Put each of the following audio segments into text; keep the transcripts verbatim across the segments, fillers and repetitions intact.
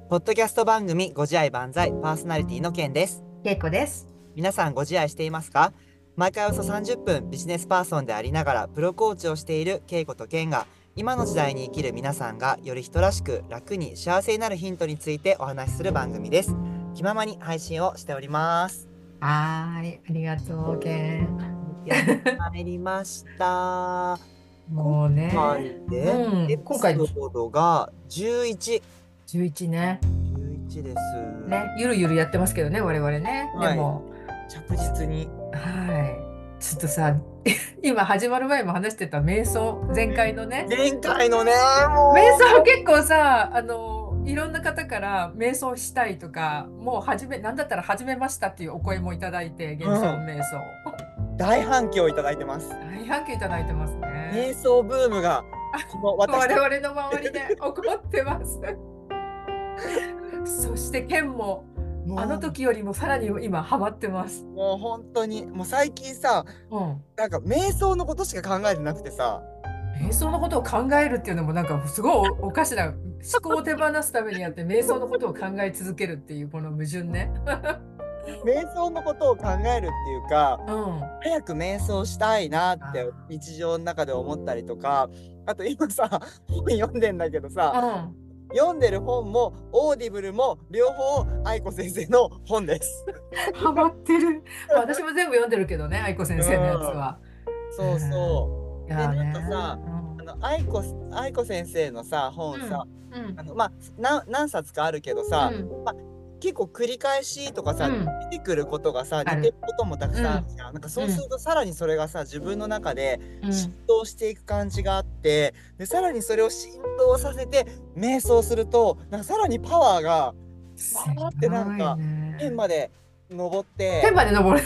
ポッドキャスト番組ご自愛万歳パーソナリティのケンです。 けいこです。 皆さんご自愛していますか？毎回およそさんじゅっぷんビジネスパーソンでありながらプロコーチをしているケイコとケンが、今の時代に生きる皆さんがより人らしく楽に幸せになるヒントについてお話しする番組です。気ままに配信をしております。 はーい、ありがとう、けん。 やってまいりました。今もう回ね、うでエん、今回ピソードがじゅういち。 じゅういちね。 じゅういちです。 ね、ゆるゆるやってますけどね、我々ね。ではい。 も、 着実に。 はい。ちょっとさ、今始まる前も話してた瞑想、前回のね。 前回のね、 瞑想も結構さ、あの、いろんな方から瞑想したいとか、もう始め、なんだったら始めましたっていうお声もいただいて、 う、 現象うん、 瞑想。 大反響をいただいてます。 大反響いただいてますね。 瞑想ブームが、この私たち。 我々の周りで起こってます。そしてケンもあのも時よりもさらに今ハマってます。 う、もう本当に、もう最近さ、 うん。 なんか瞑想のことしか考えてなくてさ、 瞑想のことを考えるっていうのもなんかすごいお、おかしな思考を手放すためにやって瞑想のことを考え続けるっていうこの矛盾ね。 瞑想のことを考えるっていうか、 うん。 早く瞑想したいなってあ日常の中で思ったりとか、あと今さ、本読んでんだけどさ、 うん。 読んでる本もオーディブルも両方愛子先生の本です。 ハマってる。まあ私も全部読んでるけどね、愛子先う生のやつん、 は。うそうそん。いう。で、 やなんかね。 さ、 うん。 あの愛子愛子先生のさ本さ、 うん。うん。 あのまあな何冊かあるけどさ、 うん。 まあ、結構繰り返しとかさ、出うん。 てくることがさ、似てるある。 こともたくうん。 さんあるじゃん。なんかそううん。 するとさらにそれがさ、自分の中で浸うん。 透していく感じがあって、でさらにそれを浸透させて瞑想すると、なんかさらにパワーがわすーってなんごいか天ね。 まで登っ天て、 まで登る。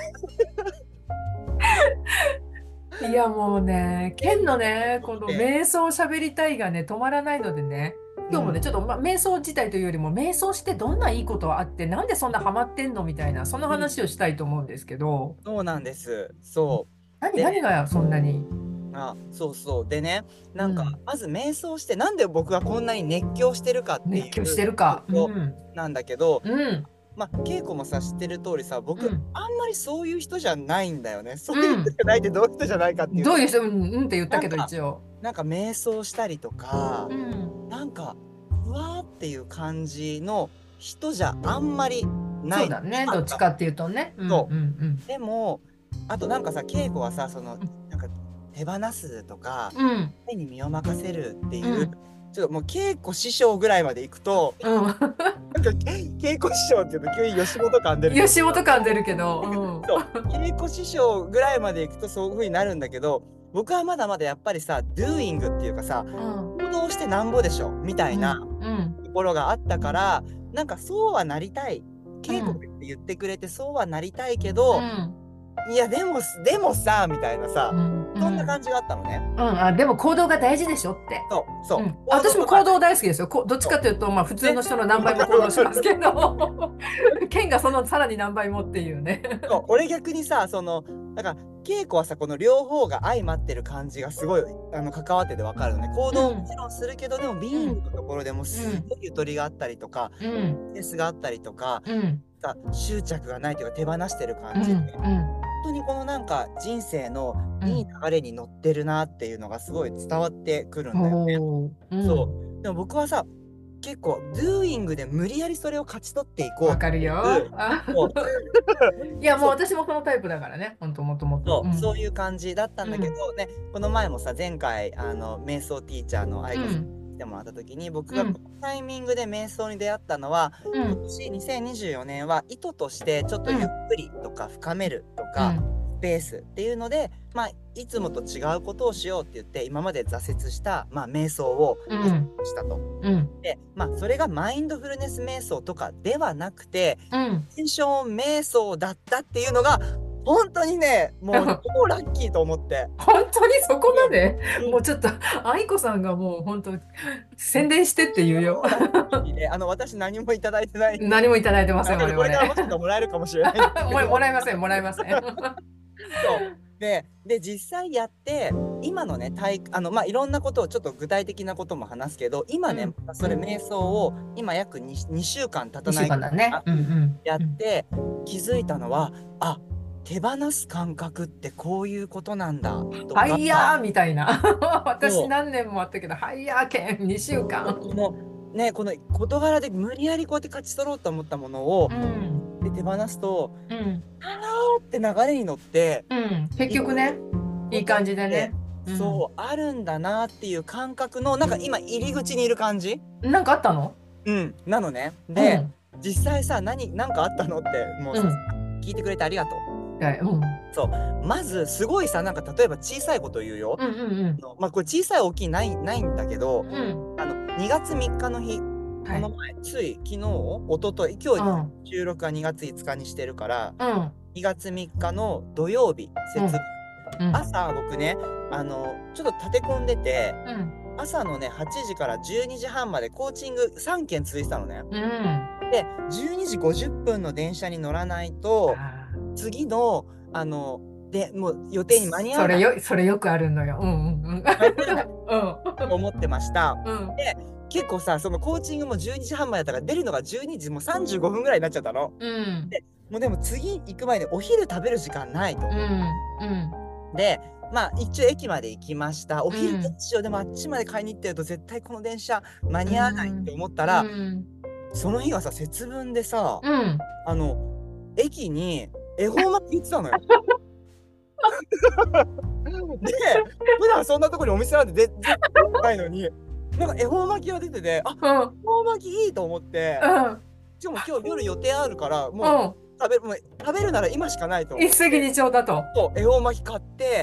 いやもうね、剣のね、こので、 瞑想を喋りたいがね、止まらないのでね、今日もね、 うん、 ちょっと、ま、瞑想自体というよりも、瞑想してどんないいことあって、なんでそんなハマってんのみたいな、そのうん、 話をしたいと思うんですけど、 そうなんです。そう。 何、 でね、 何がそんなに。 あ、そうそう。でね、なんか、 うん、 まず瞑想して、なんで僕がこんなに熱狂してるかってい熱狂してうるか。うことん、 なんだけど、 うん、 まあ、稽古もさ、知ってる通りさ、僕、 うん、 あんまりそういう人じゃないんだよね。そういう人じうん。 ゃないってどういう人じゃないかっていうとさ、 どういう人、うん、うんって言ったけど、 なんか、 一応。 なんか瞑想したりとか、 うん、 なんか、ふわーっていう感じの人じゃあんまりない。 そうだね。 今が。 どっちかっていうとね。うん、 そうん、 う。でも、あとなんかさ、稽古はさ、その、 うん、 なんか手放すとか、 うん、 手に身を任せるっていう、 うん、 ちょっともう稽古師匠ぐらいまで行くと、 うん。 なんか稽古師匠っていうと急に吉本感出るけど吉さ、 本感出るけど、 そう、稽古師匠ぐらいまで行くとそういう風になるんだけど、僕はまだまだやっぱりさ、doing っていうかさ、 うん、うん。 行動してなんぼでしょみたいなうん、うん、 ところがあったから、なんかそうはなりたい。稽古っうん、 て言ってくれてそうはなりたいけうど、 ん、 いやでも、でもさ、みたいなさ、 うん、うん、 そんな感じがあったのね。 うん、あ、でも行動が大事でしょって。 そう、そう。 うん、 行動が、 私も行動大好きですよ。こ、どっちそかというと、まあ普う。ね。 通の人の何倍もわかる行動しますわかる。 けど、県がそのさらに何倍もっていうね。 そう、俺逆にさ、その、だから、稽古はさ、この両方が相まってる感じがすごい、あの、関わっててわかるのね。行動ももうん、 ちろんするけど、でも、ビーイングうん、 のところでもすうん、 ごいゆとりがあったりとか、 うん、 センスがあったりとか、 うん、 さ、執着がないというか、手放してる感じで、 うん、うん、 本当にこのなんか、人生のいいうん。 流れに乗ってるなっていうのがすごい伝わってくるんだよね。 おー、うそん。 う。でも僕はさ、結構、doing で無理やりそれを勝ち取っていこうってわかるよ。 いう、 あ、 そう、 いや、もうそう、 私もこのタイプだからね。ほんと、もともと。 そう、そううん。 いう感じだったんだけうん。 どね、この前もさ、前回、あの、瞑想ティーチャーの愛子さんうん。 に来てもらった時に、僕うん。 がこのタイミングで瞑想に出会ったのは、 うん。 今年にせんにじゅうよねんは意図としてちょっとゆっうん。 くりとか深めるとか、 うん。 スペースっていうので、まあ、いつもと違うことをしようって言って、今まで挫折した、まあ、瞑想を意識うん。 したと。 うん。 で、まあ、それがマインドフルネス瞑想とかではなくて、 うん。 テンション瞑想だったっていうのが、本当にね、もう超ラッキーと思って。 本当にそこまで、 うん、うん、 もうちょっと、愛子さんがもう本当、宣伝してって言うよ。 超ラッキーで、あの、私何もいただいてないんで、 何もいただいてません、 あ、けど我々。 これからもしかしたらもらえるかもしれないんですけもらもど、 らえません、もらえません。 そう。 で、で、実際やって、今のね、体あの、まあ、いろんなことをちょっと具体的なことも話すけど、今ね、 うん。 またそれ瞑想を今約 に, にしゅうかん経た 2 ない週間だね。 あうんうん。 やっうんて気づいたのは、あ、手放す感覚ってこういうことなんだとか、 ハイヤーみたいな。私そう何年もあったけど、ハイヤー券にしゅうかん。 このね、この事柄で無理やりこうやって勝ち取ろうと思ったものをうん。 で手放すと、 うん。 あーって流れに乗ってうん。結いく局ね、いいことっ感じでて、 ね。うん。 そうあるんだなっていう感覚のなんか今入り口にいる感じ、 なんかあったの？ うんなのね。 うで、 ん。 実際さ何何かあったのってもううん。 聞いてくれてありがとう。 はい。うん。 そうまずすごいさ、なんか例えば小さいこと言うよ。 うんうんあのまあこれ小さい大きいないないんだけど、 うん。うん。 あのにがつみっかの日、 はい。 この前つい昨日一昨日今日うん。 収録はにがついつかにしてるから、 うん。 にがつみっかの土曜日節分、 うん。うん。 朝僕ね、あのちょっと立て込んでて、 うん。 朝のねはちじからじゅうにじはんまでコーチングさんけん続いてたのね。 うん。 でじゅうにじごじゅっぷんの電車に乗らないとあ次のあのでもう予ー定に間に合わないそれよ、それよくあるのよ。うんうんうん。 間に合わないうん。 と思ってました。 うん。 で結構さ、そのコーチングもじゅうにじはんまでだったから出るのがじゅうにじもうさんじゅうごふんぐらいになっちゃったの。 うん。 でもうでも次行く前にお昼食べる時間ないとう思って、 ん。うん。 でまあ一応駅まで行きました。お昼うんどうしよう、でもあっちまで買いに行ってると絶対この電車間うに合わないってん。 思ったうら、 ん。 その日はさ節分でさ、 うん。 あの駅に恵方巻き売ってたのよ。で普段そんなとこにお店なんて絶対ないのに、なんか恵方巻きが出てて、あ、 うん。 恵方巻きいいと思って、 うん。 しかも今日夜予定あるからもううん。 食べもう食べるなら今しかないと思っ一石て、 二鳥だと。 そう恵方巻き買って、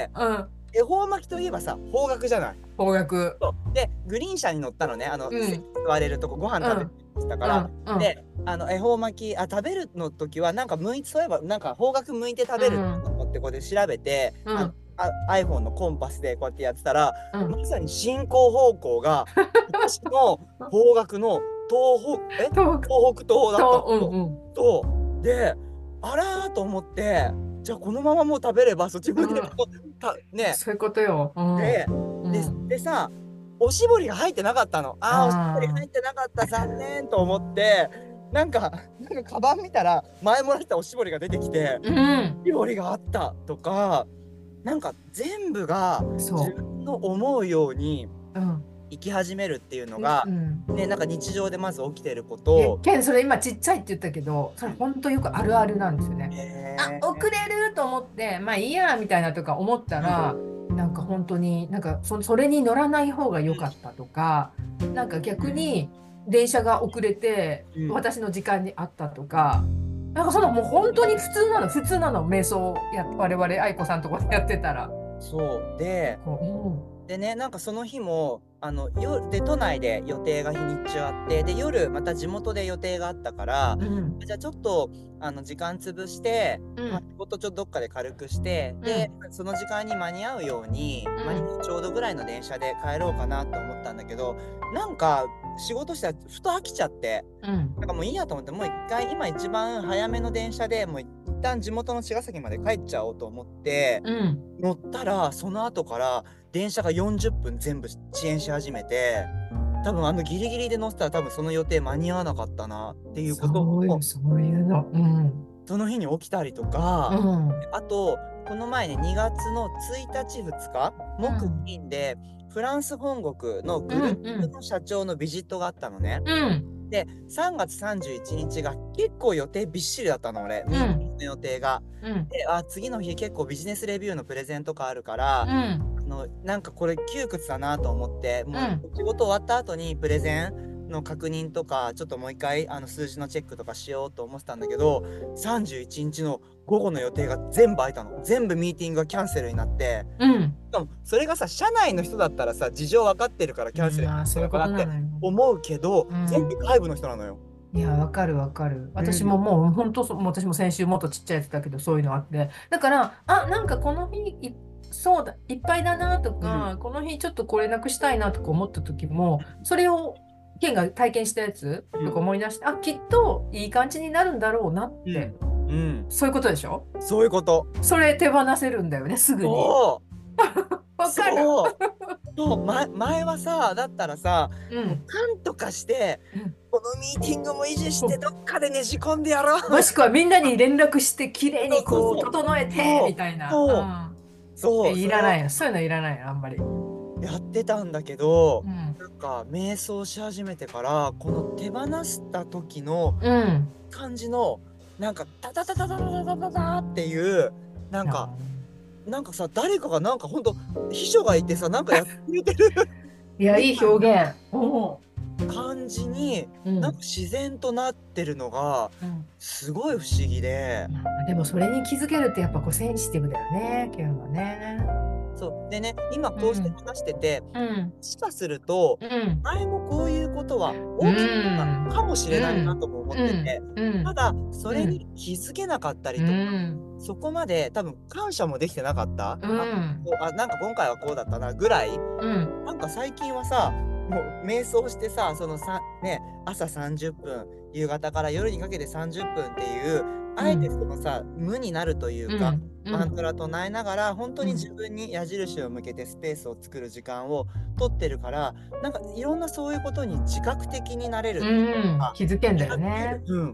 うん。 恵方巻きといえばさ方角じゃない。 方角。 そうでグリーン車に乗ったのね、あの、 うん席座れるとこご飯食べてたから、 うん。うん。 であの恵方巻きあ食べるの時はなんか向いてそういえばなんか方角向いて食べると思ってこうで調べて、 うん。 あのあ iPhone のコンパスでこうやってやってたら、 うん。 まさに進行方向が私の方角の東北え東東北東だったと、うの。 んうん。 そうであらーと思って、じゃあこのままもう食べればそっち向いてうんたね。 そういうことよ。うん。 ででうん。 でさおしぼりが入ってなかったの。あーおしぼり入ってなかった残念と思って、なんかなんかカバン見たら前もらったおしぼりが出てきて、 うん。 おしぼりがあったとか、なんか全部がそう自分の思うようにうん。 生き始めるっていうのが、 うん。 ね、なんか日常でまず起きてるこえと。 ケン、それ今ちっちゃいって言ったけど、それ本当よくあるあるなんですよね。あ、 へ遅れると思って、まあいいやみたいなとか思ったら、なんか本当になんかそ、それに乗らない方が良かったとか、なんか逆に電車が遅れてうん私の時間にあったとか、なんかそのもう本当に普通なの、普通なの、瞑想や我々愛子さんとこでやってたら。 そうでこでね、なんかその日もあの夜で都内で予定が日にち中あって、で夜また地元で予定があったから、 う、うん、 じゃあちょっとあの時間潰して、 うんまあ、仕事ちょっとどっかで軽くして、でその時間に間に合うように、 うん間に合うちょうどぐらいの電車で帰ろうかなと思ったんだけど、なんか仕事したらふと飽きちゃって、 うん、 なんかもういいやと思って、もう一回今一番早めの電車でもう一旦地元の茅ヶ崎まで帰っちゃおうと思ってうん、 乗ったら、その後から電車がよんじゅっぷん全部遅延し始めて、多分あのギリギリで乗せたら多分その予定間に合わなかったなっていうことをそういう、そういうの。うん。 その日に起きたりとか、 うん。 あとこの前ねにがつのついたちふつか木金でフランス本国のグループの社長のビジットがあったのね。 うん。 でさんがつさんじゅういちにちが結構予定びっしりだったの俺、ミーティングの予定が。 うん。 であ次の日結構ビジネスレビューのプレゼンとかあるから、 うん。 あのなんかこれ窮屈だなと思って、もうう仕事終わった後にプレゼンの確認とかちょっともう一回あの数字のチェックとかしようと思ってたんだけど、さんじゅういちにちの午後の予定が全部空いたの。全部ミーティングがキャンセルになって、 うん。 しかもそれがさ社内の人だったらさ事情分かってるからキャンセルになったのかなって思うけど、 うん、 全部外部の人なのよ。 いや、わかるわかる。私ももう本当、もう私も先週もっとちっちゃいやつだけど、そういうのあって。だから、あ、なんかこの日い、そうだ、いっぱいだなとか、うん、この日ちょっとこれなくしたいなとか思った時も、それを、ケンが体験したやつとか思い出して、うん、あ、きっといい感じになるんだろうなってうん、 そういうことでしょ？ そういうこと。 それ手放せるんだよね、すぐに。 そうわかる。 そうそう、ま、前はさ、だったらさ、もううん。 なんとかして、 うんこのミーティングも維持してこどっかでねじ込んでやろう。 もしくはみんなに連絡してきれいにこうそうそうそう。 整えてみそうたいな。 そううん。え、 そう、それをいらないの。そういうのいらないの、あんまり。 やってたんだけど、 うん。 なんか瞑想し始めてから、この手放した時のうん。 感じの、なんかタタタタタタタタタタっていう、なんか、なんかさ、誰かがなんかほんと、秘書がいてさ、なんかやってくれてるいや、いいみたい表現。おな感じに、 うん。 なんか自然となってるのが、 うん。 すごい不思議で。 まあでもそれに気づけるってやっぱこうセンシティブだよね、ケンはね。 そう。でね、今うん。 こうして話してて、 うん。 もしかすると、 うん。 前もこういうことはう起きてたん。 かもしれないなうん。 とも思っうん。 てて、 うん。 ただ、それうん。 に気づけなかったうりとか、 ん。 そこまで多分感謝もできてなかった。あ、 うこん。 う、あ、なんか今回はこうだったなぐらい、 うん。 なんか最近はさ、もう瞑想してさ、そのさ、ね、朝さんじゅっぷん、夕方から夜にかけてさんじゅっぷんっていう、あえてそうん。 のさ、無になるというか、 うん。うマントん。 ラ唱えながら、本当にうん。 自分に矢印を向けてスペースを作る時間を取ってるから、なんかいろんなそういうことに自覚的になれるっていううん。 か、 気づけんだよ気がつける、 ね。 うん、 うん。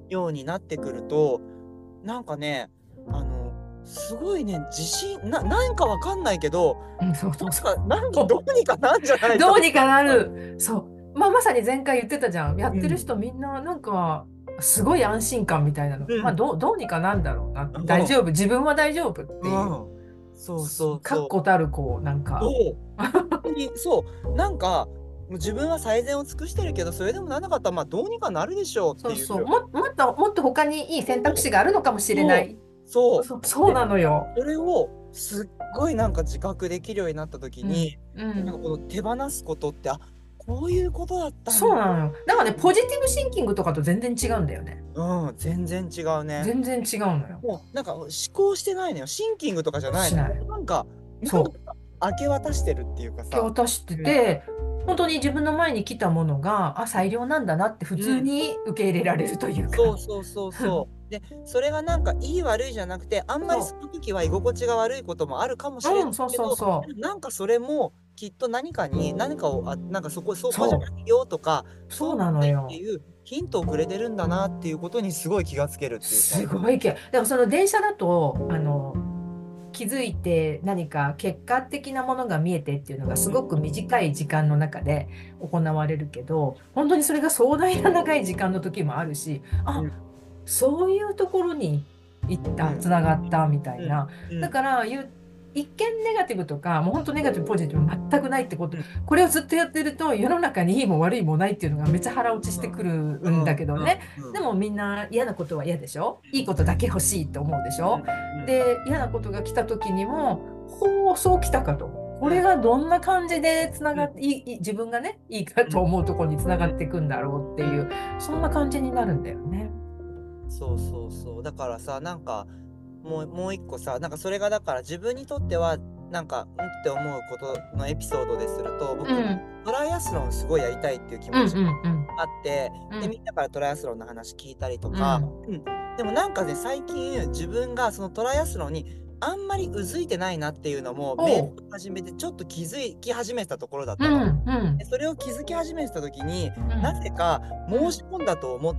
ようになってくると、なんかね、あの、すごいね、自信ななんかわかんないけど、 うん、そうそうそなんかなんかう。 どうにかなんじゃないかどうにかなる。そう。まあ、まさに前回言ってたじゃん。やってるうん、 人みんななんか、すごい安心感みたいなの。まあ、 うん、 どう、どうにかなんだろうな。 うん、 大丈夫。自分は大丈夫っていう。 うん。そうそうそう。 確固たる、こう、なんか。 そう。ほんとに、そう。なんか、もう自分は最善を尽くしてるけど、それでもなんなかったら、ま、どうにかなるでしょうっていう。 そうそう。も、もっと、もっと他にいい選択そう、 肢があるのかもしれなそう、 い。 そう。 そう、そうで、 なのよ。 それをすっごいなんか自覚できるようになった時うん。 に、 うん。 なんかこの手放すことって、あ、こういうことだったんだ。 そうなのよ。だからね、ポジティブシンキングとかと全然違うんだよね。 うん、全然違うね。 全然違うのよ。 もうなんか思考してないのよ。シンキングとかじゃないの。 しない。 なんか、なんかそう。 明け渡してるっていうかさ。 受け渡してうん。 て、本当に自分の前に来たものが、あ、最良なんだなって普うん。 通に受け入れられるというか。 そうそうそうそう。で、それがなんかいい悪いじゃなくて、あんまりそその時は居心地が悪いこともあるかもしれう。 ないうん、そうけど、 そうそなんかそれもきっと何かに、何かを、あ、なんかそこ、そう。 こじゃなそいよとか、 う。そうなそうじゃないってのよ。 いうヒントをくれてるんだなっていうことにすごい気がつけるっていうか。 すごいけ。でもその電車だと、あの、気づいて何か結果的なものが見えてっていうのがすごく短い時間の中で行われるけど、本当にそれが壮大な長い時間の時もあるし、あ、 うん、 そういうところに行った、 うん、 つながったみたいうん、 な。 うん、 だから言う、一見ネガティブとか、もう本当ネガティブ、ポジティブ全くないってこと、 うん、 これをずっとやってると世の中にいいも悪いもないっていうのがめっちゃ腹落ちしてくるんだうん、うん、 けどね。 うん、 でもみんな嫌なことは嫌でしょ？いいことだけ欲しいと思うでしょ？ うん、うん、 で、嫌なことが来た時にも、ほう、そう来たかと。こうん、 れがどんな感じでつなうん、 がって、いいいい自分がね、いいかうん、 と思うところにつなうん、 がっていくんだろうってうん。 いう、そんな感じになるんだよね。 そうそうそう。だからさ、なんか、もう、もう一個さ、なんかそれがだから自分にとっては、なんか、うんって思うことのエピソードですると、僕、 うん、 トライアスロンすごいやりたいっていう気うん、 持ちがうん、うん、 あって、で、 うん、 みんなからトライアスロンの話聞いたりとか、 うん。 うん。でもなんかね、最近自分がそのトライアスロンにあんまりうずいてないなっていうのも、瞑想おう、 を始めてちょっと気づき始めたところだったの。 うん、うん、 で、それを気づき始めてた時に、 うん、 なぜか申しうん、 込んだと思った、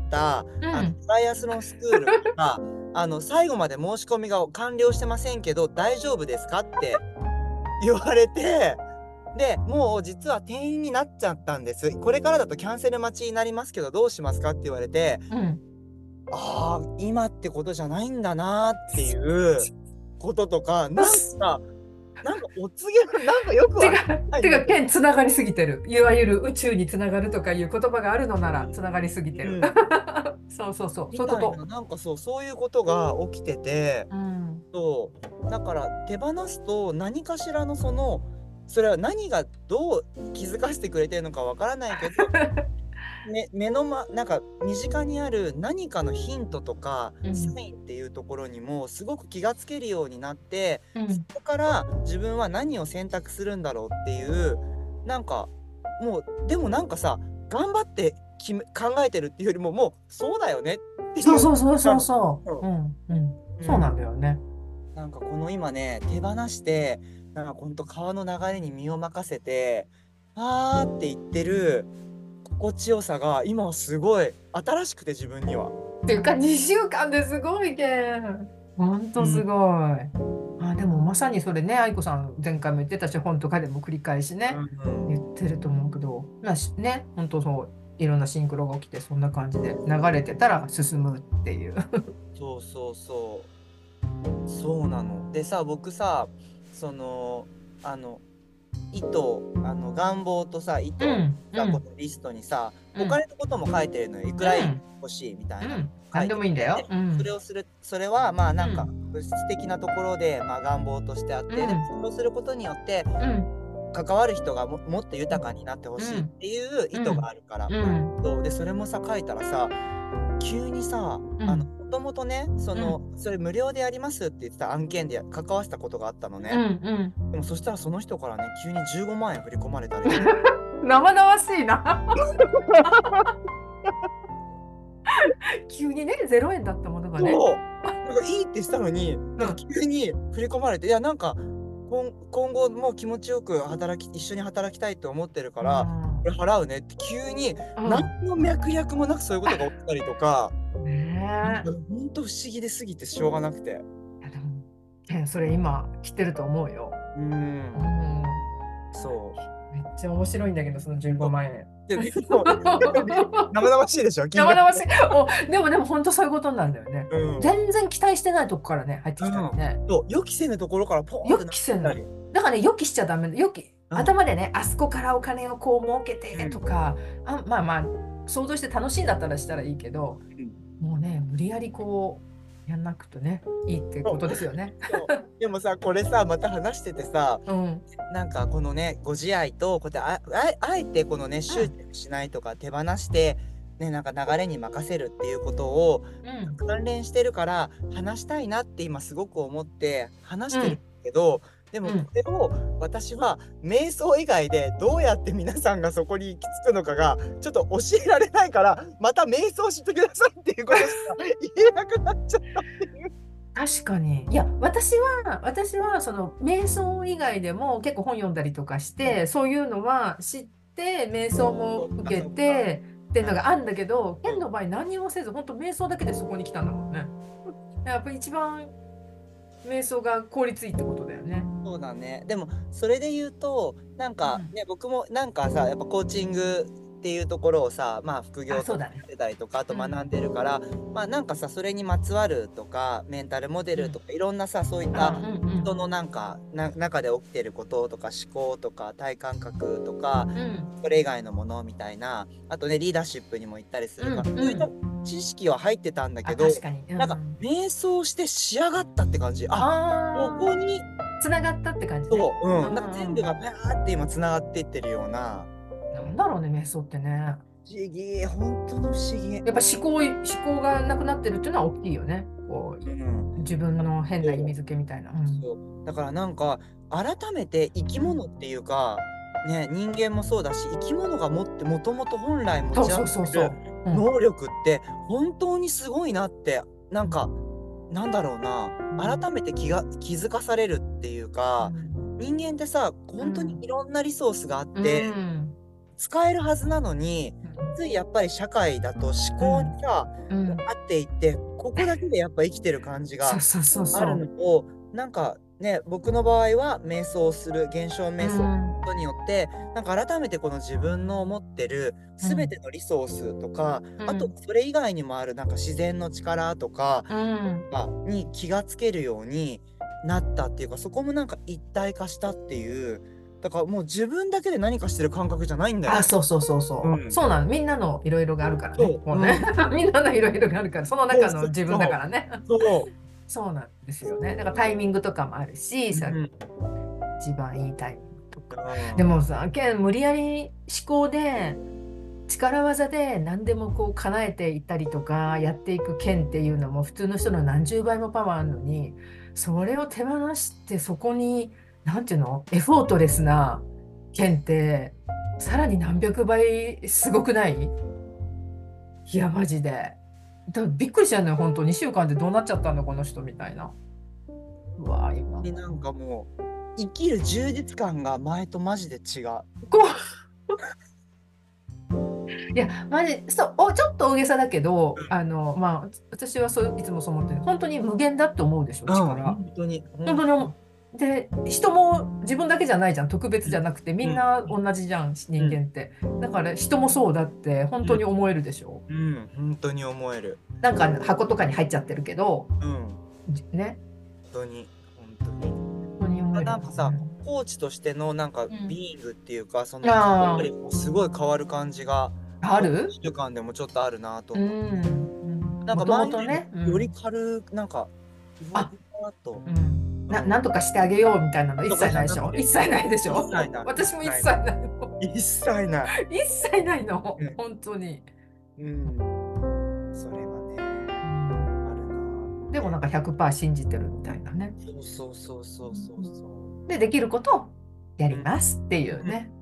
あの、トうん。 ライアスロンスクールが、あの、最後まで申し込みが完了してませんけど、大丈夫ですかって言われて、で、もう実は定員になっちゃったんです。これからだとキャンセル待ちになりますけど、どうしますかって言われて、 うん。 ああ、今ってことじゃないんだなっていうこととか、なんか、なんかお告げがなんかよくわかんてか、てか、 ないんだけど。 剣つながりすぎてる。いわゆる宇宙につながるとかいう言葉があるのならつながりすぎてる。 うん。 そうそうそう、そういうこみたいな、 と。 なんかそう、そういうことが起きてて、 うん。 そう、だから手放すと何かしらのその、それは何がどう気づかせてくれてるのかわからないけど、ね、目のまなんか身近にある何かのヒントとかうん。 サインっていうところにもすごく気がつけるようになって、そうん。 こから自分は何を選択するんだろうっていう、なんか、もう、でもなんかさ、頑張って決め考えてるっていうよりも、もうそうだよねっていうそうそうそうそうなの。 そう。うそん、うん。 う。うそうなんん。 だよね。 なんかこの今ね、手放して、なんかほんと川の流れに身を任せて、あーって言ってる心地よさが今はすごい新しくて自分には。 っていうか、にしゅうかんですごいけん。ほんとすうん。 ごい。あ、でもまさにそれね、愛子さん前回も言ってたし、本とかでも繰り返しね、 うん。 言ってると思うけど、まあしね、本当そう、いろんなシンクロが起きて、そんな感じで流れてたら進むっていう。 そうそうそう。そうなの。でさ、僕さ、その、あの、意図、あの、願望とさ、意図うん、うさ、こん、 のリストにさ、 うん、 お金のことも書いてるのよ。いくらうん、 欲しいみたいなのうん。 書何でいてて、 もいいんだよ。 で、 うん、 それをする、それはまあなんかうん、 物質的なところで、まあ願望としてあって、でもうん、 そうすることによって、 うん、 関わる人がも、もっと豊かになってほしいっうん、 ていう意図がうん、 あるから。 うん、 そうで、それもさ、書いたらさ、急にさ、あの、 うん、 もともとね、その、 うん、 それ無料でやりますって言ってた案件で関わせたことがあったのね。 うん、うん。 でもそしたらその人からね、急にじゅうごまん円振り込まれたりして。 生々しいな。急にね、ゼロえんだったものがね。 そう。なんかいいってしたのに、なんかうん。 急に振り込まれて、いや、なんか、今今後も気持ちよく働き、一緒に働きたいと思ってるかうら、 ん。 これ払うねって急に、何うん。 の脈絡もなくそういうことが起きたりとか、なんかねほんと不思議ですぎてしょうがなくて。 え。いやでも、ケン、それ今来てると思うよ。 うーん、 うん。 そう。 めっちゃ面白いんだけど、その15 そう。 万円。 で、そう、生々しいでしょ、金額。 生々しい。お、でもでも本当そういうことなんだよね。 うん。 全然期待してないとこからね、入ってうん。 きたりね。 そう、予期せぬところからポーンっ予てなっ期せぬ。 たり。 だからね、予期しちゃダメ。予期、 うん。 頭でね、あそこからお金をこう儲けうん。 てとか、あ、まあまあ、想像して楽しいんだったらしたらいいけど、 うん。 もうね、無理やりこう、やんなくとね、いいってそう。 ことですよね。 そう。でもさ、これさ、また話しててさ、 うん。うん。 なんかこのね、ご自愛と、こうやってあ、ああえてこのね、執着しないとか手放して、ね、なんか流れに任せるっていうことをうん。 関連してるから、話したいなって今すごく思って話してるんだうん。 けど、でもこうん。 れを私は瞑想以外でどうやって皆さんがそこに行き着くのかがちょっと教えられないから、また瞑想してくださいっていうことしか言えなくなっちゃったっていう。 確かに。いや、私は、私は、その、瞑想以外でも結構本読んだりとかしうん。 て、そういうのは知って、瞑想もそっか受けそっか。 て、っていうのがあるんだけど、 うん。 剣の場合何にもせず、本当瞑想だけでそこに来たんだもんね。やっぱり一番瞑想が効率いいってことだよね。 そうだね。でも、それで言うと、なんうん。 かね、僕もなんかさ、やっぱコーチングっていうところをさ、まあ副あ、 業とそうだね。 かやってたりとか、あとうん。 学んでるから、まあなんかさ、それにまつわるとか、メンタルモデうん。 ルとか、いろんなさ、そういったあ、うんうん人のなんか、な、中で起きてることとか、思考とか、体感覚とか、 うん。 それ以外のものみたいな、あとね、リーダーシップにも行ったりすうんるから、そういったうん。 知識は入ってたんだけあ、 ど、 確かに。うなんか、 ん。 瞑想して仕上がったって感じ。あ、こああ、 こに、 つながったって感じね。 そう、 ううん、なんか全部がんうん。 バーって今つながっていってるような、 なんだろうね、瞑想ってね。 不思議、本当の不思議。 やっぱ思考、思考がなくなってるっていうのは大きいよね。こうう、 ん、 自分の変な意味そう、 付けみたいな。うん。 そう。だからなんか、改めて生きうん。 物っていうか、ね、人間もそうだし、生き物が持ってもともと本来持ち合っそうそうそうてるそう。うん。 能力って本当にすごいなって、なんか、なんだろうな、 うん。 改めて気が、気づかされるっていうか、 うん。 人間ってさ、 う本当にいん。 ろんなリソースがあっうて、 ん。 使えるはずなのに、ついやっぱり社会だと思考にうん。 さ、 うん。 合っていって、ここだけでやっぱ生きてる感じがそうそうそうあるそのを、なんかね、僕の場合は瞑想する、現象う。う瞑想ん。 ことによって、なんか改めてこの自分の持ってるうん。 全てのリソースとか、あとうん。 それ以外にもあるなんか自然の力とか、 うん。 あに気がつけるようになったっていうか、そこもなんか一体化したっていう、だからもう自分だけで何かしてる感覚じゃないんだよあ、 ね。 そうそうそうそう。 うん。 そうなの。みんなのいろいろがあるからね。 そう、 こうね。 うん。 みんなのいろいろがあるから、その中そうそうの自分だかそう。 らね。 そう。 そうなんですよね。だからタイミングとかもあるし、さ、 うん。 一番いいタイミングとうか。でん。 もさ、ケン、無理やり思考で、力技で何でもこう叶えていったりとか、やっていく剣っていうのも普通の人の何十倍もパワーあるのに、それを手放してそこに、なんていうのエフォートレスな剣って、さらに何百倍すごくない？いや、マジで。 だびっくりしちゃうのよ、本当にしゅうかんでどうなっちゃったんだこの人みたいな。うわ今でなんかもう生きる充実感が前とマジで違う。 こういやマジそうおちょっと大げさだけど、あのまあ私はそういつもそう思ってる、本当に無限だって思うでしょ、 うん、 力。 本当に本当に思う。で人も自分だけじゃないじゃん、特別じゃなくてみんな同じじゃん、人間って。だから人もそうだって本当に思えるでしょ。 うん、うん、本当に思える。 なんか箱とかに入っちゃってるけど、 うん、 じね本当に本当に。 本当に思える。 なんかさ、コーチとしてのなんかうんビーイングっていうか、そのあーやっぱりもうすごい変わる感じがあるいっしゅうかんでもちょっとあるなとう思う。 ん。 なんかもとも前よとね。 りより軽くなんかふわあふわっと。 うんな、 うんなんとかしてあげようみたいなの一切ないでしょ。一切ないでしょ。 一切ない私も一切ないの。 一切ない。 一切ないのうん。 本当に。 うん。それがね、あるな。 でもなんかひゃくパーセント信じてるみたいなね。 そうそうそうそうそうそう。 で、できることをやりますっていうね。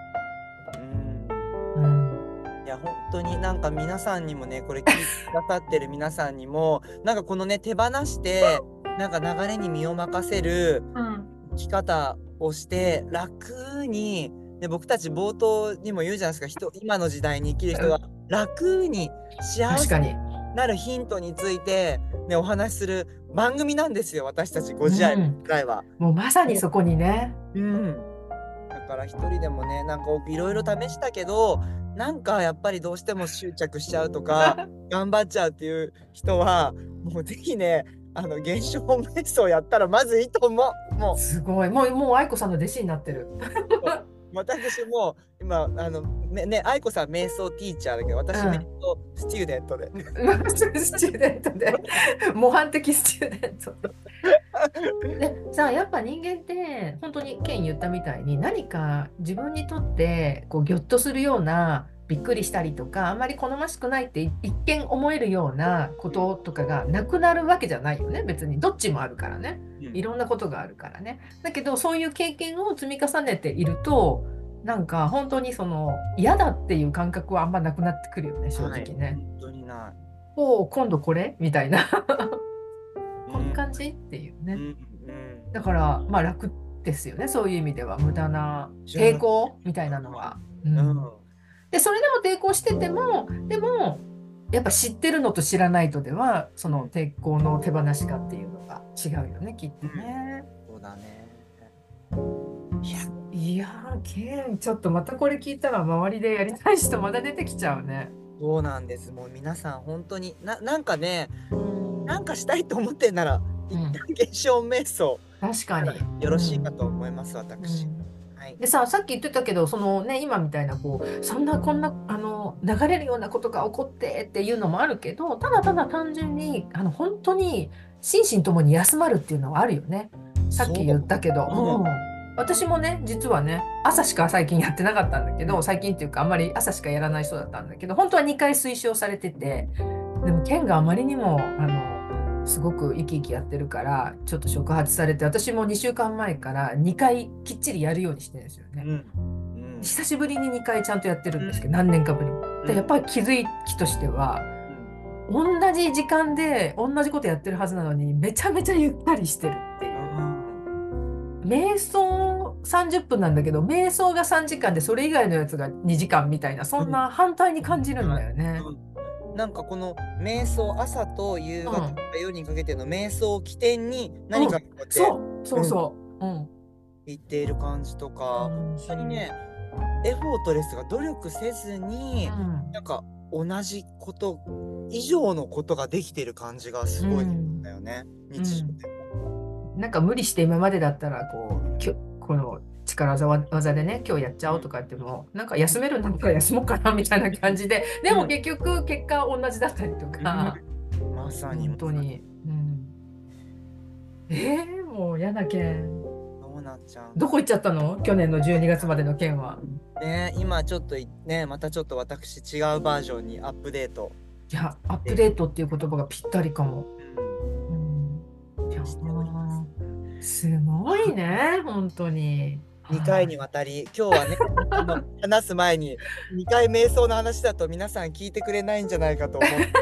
うん。 うん。 いや本当になんか皆さんにもね、これ聞いてくださってる皆さんにもなんかこのね手放してなんか流れに身を任せるうん。 生き方をして楽に、で僕たち冒頭にも言うじゃないですか、人今の時代に生きる人が楽に幸せに確かに。 なるヒントについて、ね、お話しする番組なんですよ、私たちご自愛の会は。 もうまさにそこにね。 うん、だから一人でもねなんかいろいろ試したけどなんかやっぱりどうしても執着しちゃうとか頑張っちゃうっていう人はもうぜひねあの現象瞑想やったらまずいいと思う。もうすごい。もう、もう愛子さんの弟子になってる。 私も今あのねね愛子さん瞑想ティーチャーだけど私うん瞑想スチューデントで、 スチューデントで模範的スチューデントでさあやっぱ人間って本当にケン言ったみたいに何か自分にとってこうギョッとするようなびっくりしたりとかあんまり好ましくないって一見思えるようなこととかがなくなるわけじゃないよね。別にどっちもあるからね。いろんなことがあるからね。だけどそういう経験を積み重ねているとなんか本当にその嫌だっていう感覚はあんまなくなってくるよね、正直ね。 はい、本当にない。 おお今度これみたいなこんな感じじ、 っていうね。 うんうんだからまあ楽ですよね、そういう意味では無駄な抵抗みたいなのは。うんうんでそれでも抵抗しててもでもやっぱ知ってるのと知らないとではその抵抗の手放しかっていうのが違うよねきっとね。 そうだね。 いやいやーケンちょっとまたこれ聞いたら周りでやりたい人まだ出てきちゃうね。 そうなんです。もう皆さん本当にな、なんかね、 うんなんかしたいと思ってんなら、一うん旦現象瞑想確かによろしいかと思います、 う私。 んはい。 でさ、さっき言ってたけど、そのね、今みたいな、こう、そんなこんな、あの、流れるようなことが起こってっていうのもあるけど、ただただ単純に、あの、本当に心身ともに休まるっていうのはあるよね。さっき言ったけど、 そううん。私もね、実はね、朝しか最近やってなかったんだけど、最近っていうか、あんまり朝しかやらない人だったんだけど、本当はにかい推奨されてて、でも、県があまりにも、あの、すごく生き生きやってるからちょっと触発されて私もにしゅうかんまえからにかいきっちりやるようにしてるんですよね。 うんうん久しぶりににかいちゃんとやってるんですけど、 うん何年かぶりに。 うんでやっぱり気づきとしては同じ時間で同じことやってるはずなのにめちゃめちゃゆったりしてるっていう。瞑想さんじゅっぷんなんだけど瞑想がさんじかんでそれ以外のやつがにじかんみたいなそんな反対に感じるんだよね。 うんなんかこの瞑想朝と夕方とか夜にかけての瞑想を起点に何かこうやってそうそうそう。うん。 言っている感じとか、本当にねエフォートレスが努力せずに、 うんなんか同じこと以上のことができている感じがすごいんだよね、日常で。 なんか無理して今までだったらこうきょこの力技でね今日やっちゃおうとか言ってもなんか休めるんだったら休もうかなみたいな感じででも結局結果同じだったりとか、 まさに本当に、うん、えー、もう嫌な件どうなっちゃうどこ行っちゃったの去年のじゅうにがつまでの件は。 ね、今ちょっとねまたちょっと私違うバージョンにアップデート、 いやアップデートっていう言葉がぴったりかも。 うん、 うん、いやしておりますすごいね本当に。 にかいにわたり今日はねあの話す前ににかい瞑想の話だと皆さん聞いてくれないんじゃないかと思う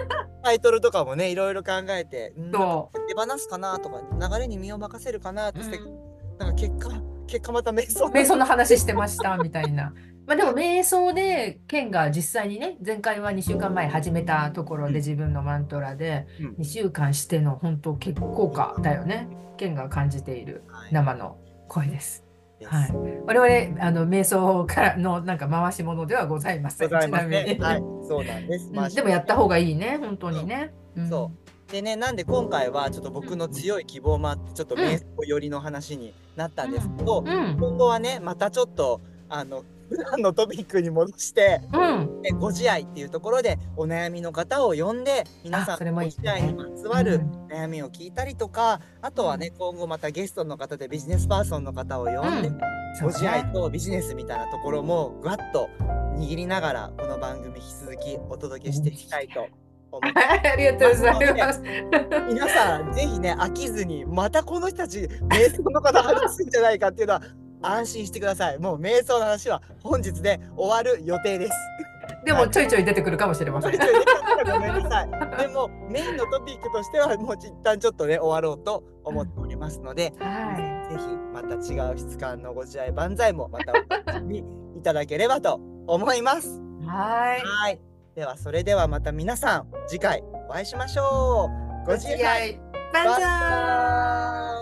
タイトルとかもねいろいろ考えて、んなんかそ手放すかなとか流れに身を任せるかなってう。 して、 うんなんか結果結果また瞑想瞑想の話してましたみたいな。まあでも瞑想で、ケンが実際にね、前回はにしゅうかんまえ始めたところで自分のマントラで、 うんにしゅうかんしての本当結構果だよね。ケンが感じているはい生の声です。 ですはい。我々、あの、瞑想からのなんか回し物ではございません。 ございちなみに。 ません。はい、そうなんです。 うん、でもやった方がいいね、本当にね。うん。 そうでね、なんで今回はちょっと僕の強い希望もあってちょっと瞑想寄りの話になったんですけど、 うん。うん。 今後はねまたちょっとあの普段のトピックに戻してうん。 でご自愛っていうところでお悩みの方を呼んで皆さあ、それんのごもいいね。 自愛にまつわるうん悩みを聞いたりとか、あとはね今後またゲストの方でビジネスパーソンの方を呼んで、 うん。そうご自愛ね。 とビジネスみたいなところもぐわっと握りながらこの番組引き続きお届けしていきたいと思ってありがとうございます。 皆さんぜひね飽きずにまたこの人たち瞑想のこと話すんじゃないかっていうのは安心してください。もう瞑想の話は本日で終わる予定です。 でもちょいちょい出てくるかもしれません。 ちょいちょい出てくるからごめんなさい。でもメインのトピックとしてはもう一旦ちょっとね終わろうと思っておりますので、 はぜひまた違う質感のご自愛万歳もまたお楽しみいただければと思います。 い。はい。 はい。ではそれではまた皆さん次回お会いしましょう。ご自愛万歳。 万歳。